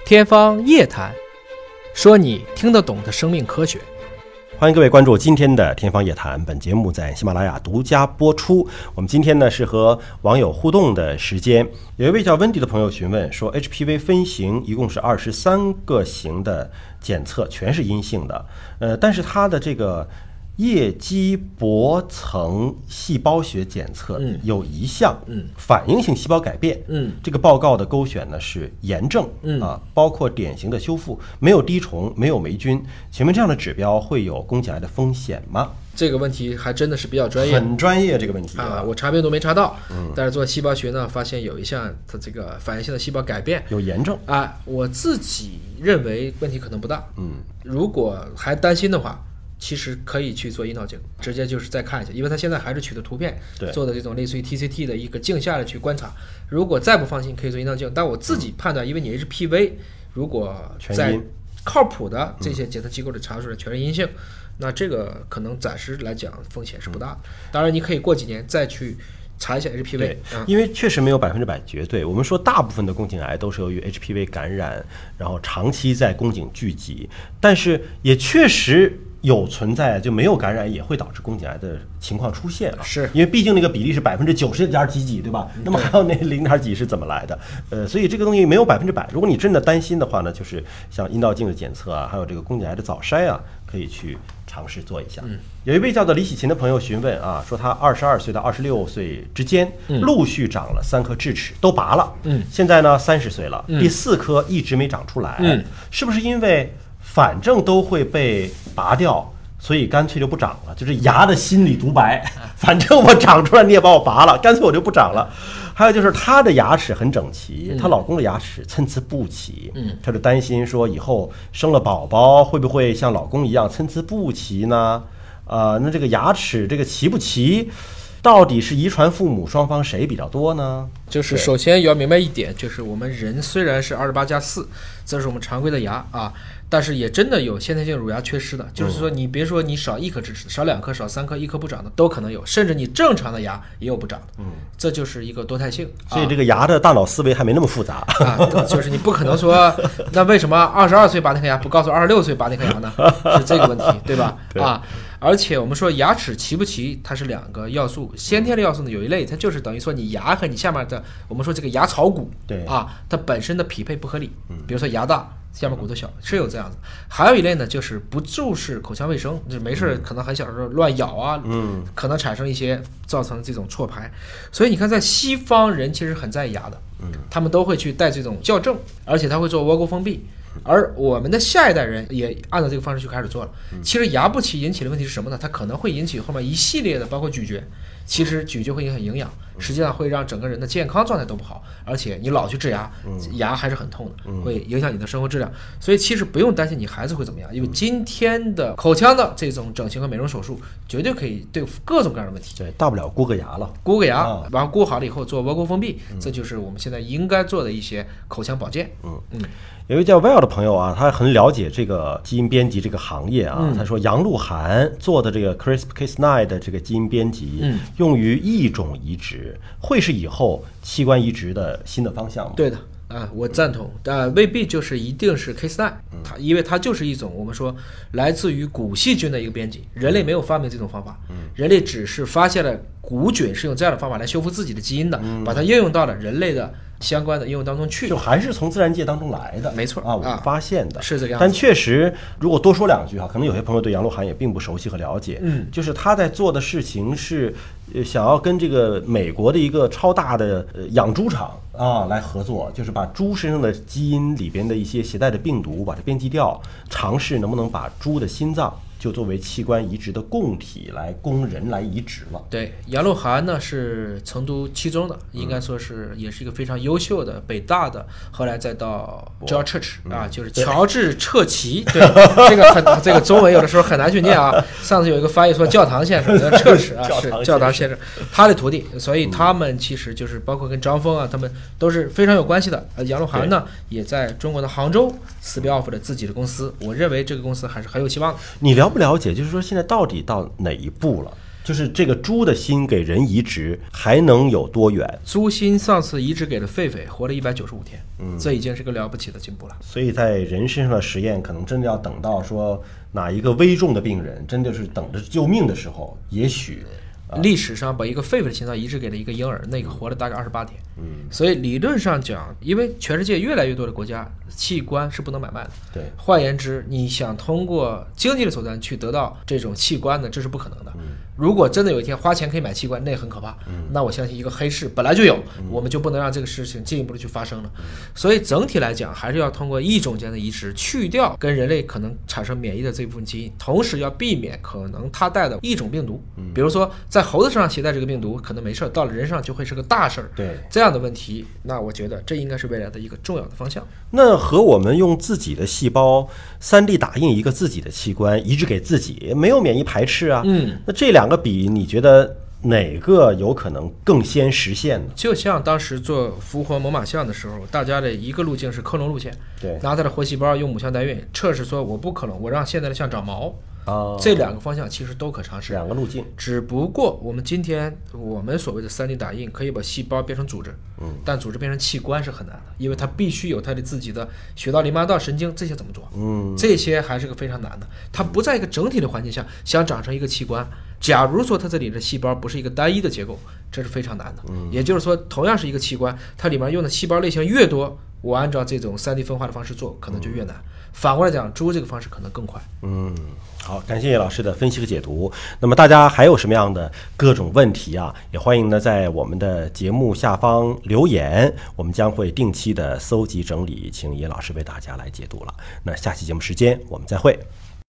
天方夜谭，说你听得懂的生命科学。 欢迎各位关注今天的天方夜谭，本节目在喜马拉雅独家播出。我们今天呢是和网友互动的时间，有一位叫温迪的朋友询问说 HPV 分型一共是23个型的检测，全是阴性的，但是他的这个叶基薄层细胞学检测有一项反应性细胞改变，这个报告的勾选呢是炎症包括典型的修复，没有滴虫，没有霉菌。请问这样的指标会有宫颈癌的风险吗？ 这个问题还真的是比较专业， 很专业这个问题我查病都没查到，但是做细胞学呢，发现有一项它这个反应性的细胞改变有炎症我自己认为问题可能不大，如果还担心的话，其实可以去做阴道镜，直接就是再看一下，因为他现在还是取的图片做的这种类似于 TCT 的一个镜下的去观察。如果再不放心，可以做阴道镜。但我自己判断，因为你 HPV 如果在靠谱的这些检测机构里查出来全是阴性，那这个可能暂时来讲风险是不大的。当然，你可以过几年再去查一下 HPV， 因为确实没有100%绝对。我们说大部分的宫颈癌都是由于 HPV 感染，然后长期在宫颈聚集，但是也确实有存在就没有感染也会导致宫颈癌的情况出现是因为毕竟那个比例是90%几几，对吧？那么还有那0.几是怎么来的？所以这个东西没有100%。如果你真的担心的话呢，就是像阴道镜的检测还有这个宫颈癌的早筛可以去尝试做一下。有一位叫做李喜琴的朋友询问说他22岁到26岁之间陆续长了3颗智齿，都拔了，现在呢30岁了，第4颗一直没长出来，是不是因为反正都会被拔掉，所以干脆就不长了？就是牙的心理独白，反正我长出来你也把我拔了，干脆我就不长了。还有就是她的牙齿很整齐，她老公的牙齿参差不齐，她就担心说以后生了宝宝会不会像老公一样参差不齐呢？那这个牙齿这个齐不齐，到底是遗传父母双方谁比较多呢？ 就是首先要明白一点，就是我们人虽然是28+4，这是我们常规的牙但是也真的有先天性乳牙缺失的，就是说你别说你少1颗智齿，少2颗，少3颗，1颗不长的都可能有，甚至你正常的牙也有不长的，这就是一个多态性。 所以这个牙的大脑思维还没那么复杂就是你不可能说那为什么22岁拔那颗牙不告诉26岁拔那颗牙呢？是这个问题，对吧？而且我们说牙齿齐不齐，它是2个要素，先天的要素呢有一类，它就是等于说你牙和你下面的我们说这个牙槽骨它本身的匹配不合理，比如说牙大下面骨头小，是有这样子。还有一类呢，就是不重视口腔卫生，就没事可能很小的时候乱咬可能产生一些造成这种错排。所以你看，在西方人其实很在意牙的，他们都会去带这种校正，而且他会做窝沟封闭。而我们的下一代人也按照这个方式去开始做了。其实牙不齐引起的问题是什么呢？它可能会引起后面一系列的，包括咀嚼。其实咀嚼会影响营养，实际上会让整个人的健康状态都不好，而且你老去治牙，牙还是很痛的，会影响你的生活质量。所以其实不用担心你孩子会怎么样，因为今天的口腔的这种整形和美容手术绝对可以对付各种各样的问题。 对，大不了箍个牙了， 箍个牙，然后箍好了以后做窝沟封闭，这就是我们现在应该做的一些口腔保健。 有一位叫 Well 的朋友他很了解这个基因编辑这个行业他说杨鹿晗做的这个 CRISPR-Cas9 的这个基因编辑用于异种移植，会是以后器官移植的新的方向吗？ 对的我赞同，未必就是一定是 Cas9，因为它就是一种我们说来自于古细菌的一个编辑，人类没有发明这种方法，人类只是发现了古菌是用这样的方法来修复自己的基因的，把它应用到了人类的相关的应用当中去， 就还是从自然界当中来的， 没错我们发现的是这个样子。 但确实，如果多说2句可能有些朋友对杨鹿晗也并不熟悉和了解，就是他在做的事情是想要跟这个美国的一个超大的养猪场来合作，就是把猪身上的基因里边的一些携带的病毒把它编辑掉，尝试能不能把猪的心脏就作为器官移植的供体来供人来移植了。 对，杨鹿晗呢是成都七中的，应该说是也是一个非常优秀的，北大的，后来再到 George Church 就是乔治彻奇。对，这个中文有的时候很难去念上次有一个翻译说教堂先生，Church 是教堂先生，他的徒弟，所以他们其实就是包括跟张峰他们都是非常有关系的。杨鹿晗呢也在中国的杭州 spin off 了自己的公司，我认为这个公司还是很有希望的。 你了不了解，就是说现在到底到哪一步了？ 就是这个猪的心给人移植还能有多远？ 猪心上次移植给了狒狒，活了195天，这已经是个了不起的进步了。 所以在人身上的实验，可能真的要等到说哪一个危重的病人真的是等着救命的时候，也许历史上把一个狒狒的心脏移植给了一个婴儿，那个活了大概28天。所以理论上讲，因为全世界越来越多的国家器官是不能买卖的， 对， 换言之，你想通过经济的手段去得到这种器官呢，这是不可能的。如果真的有一天花钱可以买器官，那也很可怕。那我相信一个黑市本来就有，我们就不能让这个事情进一步的去发生了。所以整体来讲，还是要通过异种间的移植，去掉跟人类可能产生免疫的这部分基因，同时要避免可能它带的异种病毒，比如说在猴子身上携带这个病毒可能没事，到了人上就会是个大事儿。 对， 这样的问题，那我觉得这应该是未来的一个重要的方向。 那和我们用自己的细胞3D 打印一个自己的器官移植给自己，没有免疫排斥啊。那这两个比，你觉得哪个有可能更先实现呢？ 就像当时做复活猛犸象的时候，大家的一个路径是克隆路线， 对， 拿它的活细胞用母象代孕，测试说我不克隆，我让现在的象长毛。 这两个方向其实都可尝试， 两个路径。 只不过我们今天我们所谓的3D 打印可以把细胞变成组织，但组织变成器官是很难的，因为它必须有它的自己的血道、淋巴道、神经，这些怎么做？这些还是个非常难的。它不在一个整体的环境下想长成一个器官，假如说它这里的细胞不是一个单一的结构，这是非常难的。也就是说，同样是一个器官，它里面用的细胞类型越多，我按照这种3D 分化的方式做，可能就越难。反过来讲，猪这个方式可能更快。 好，感谢叶老师的分析和解读。那么大家还有什么样的各种问题啊？也欢迎呢在我们的节目下方留言，我们将会定期的搜集整理，请叶老师为大家来解读了。那下期节目时间我们再会。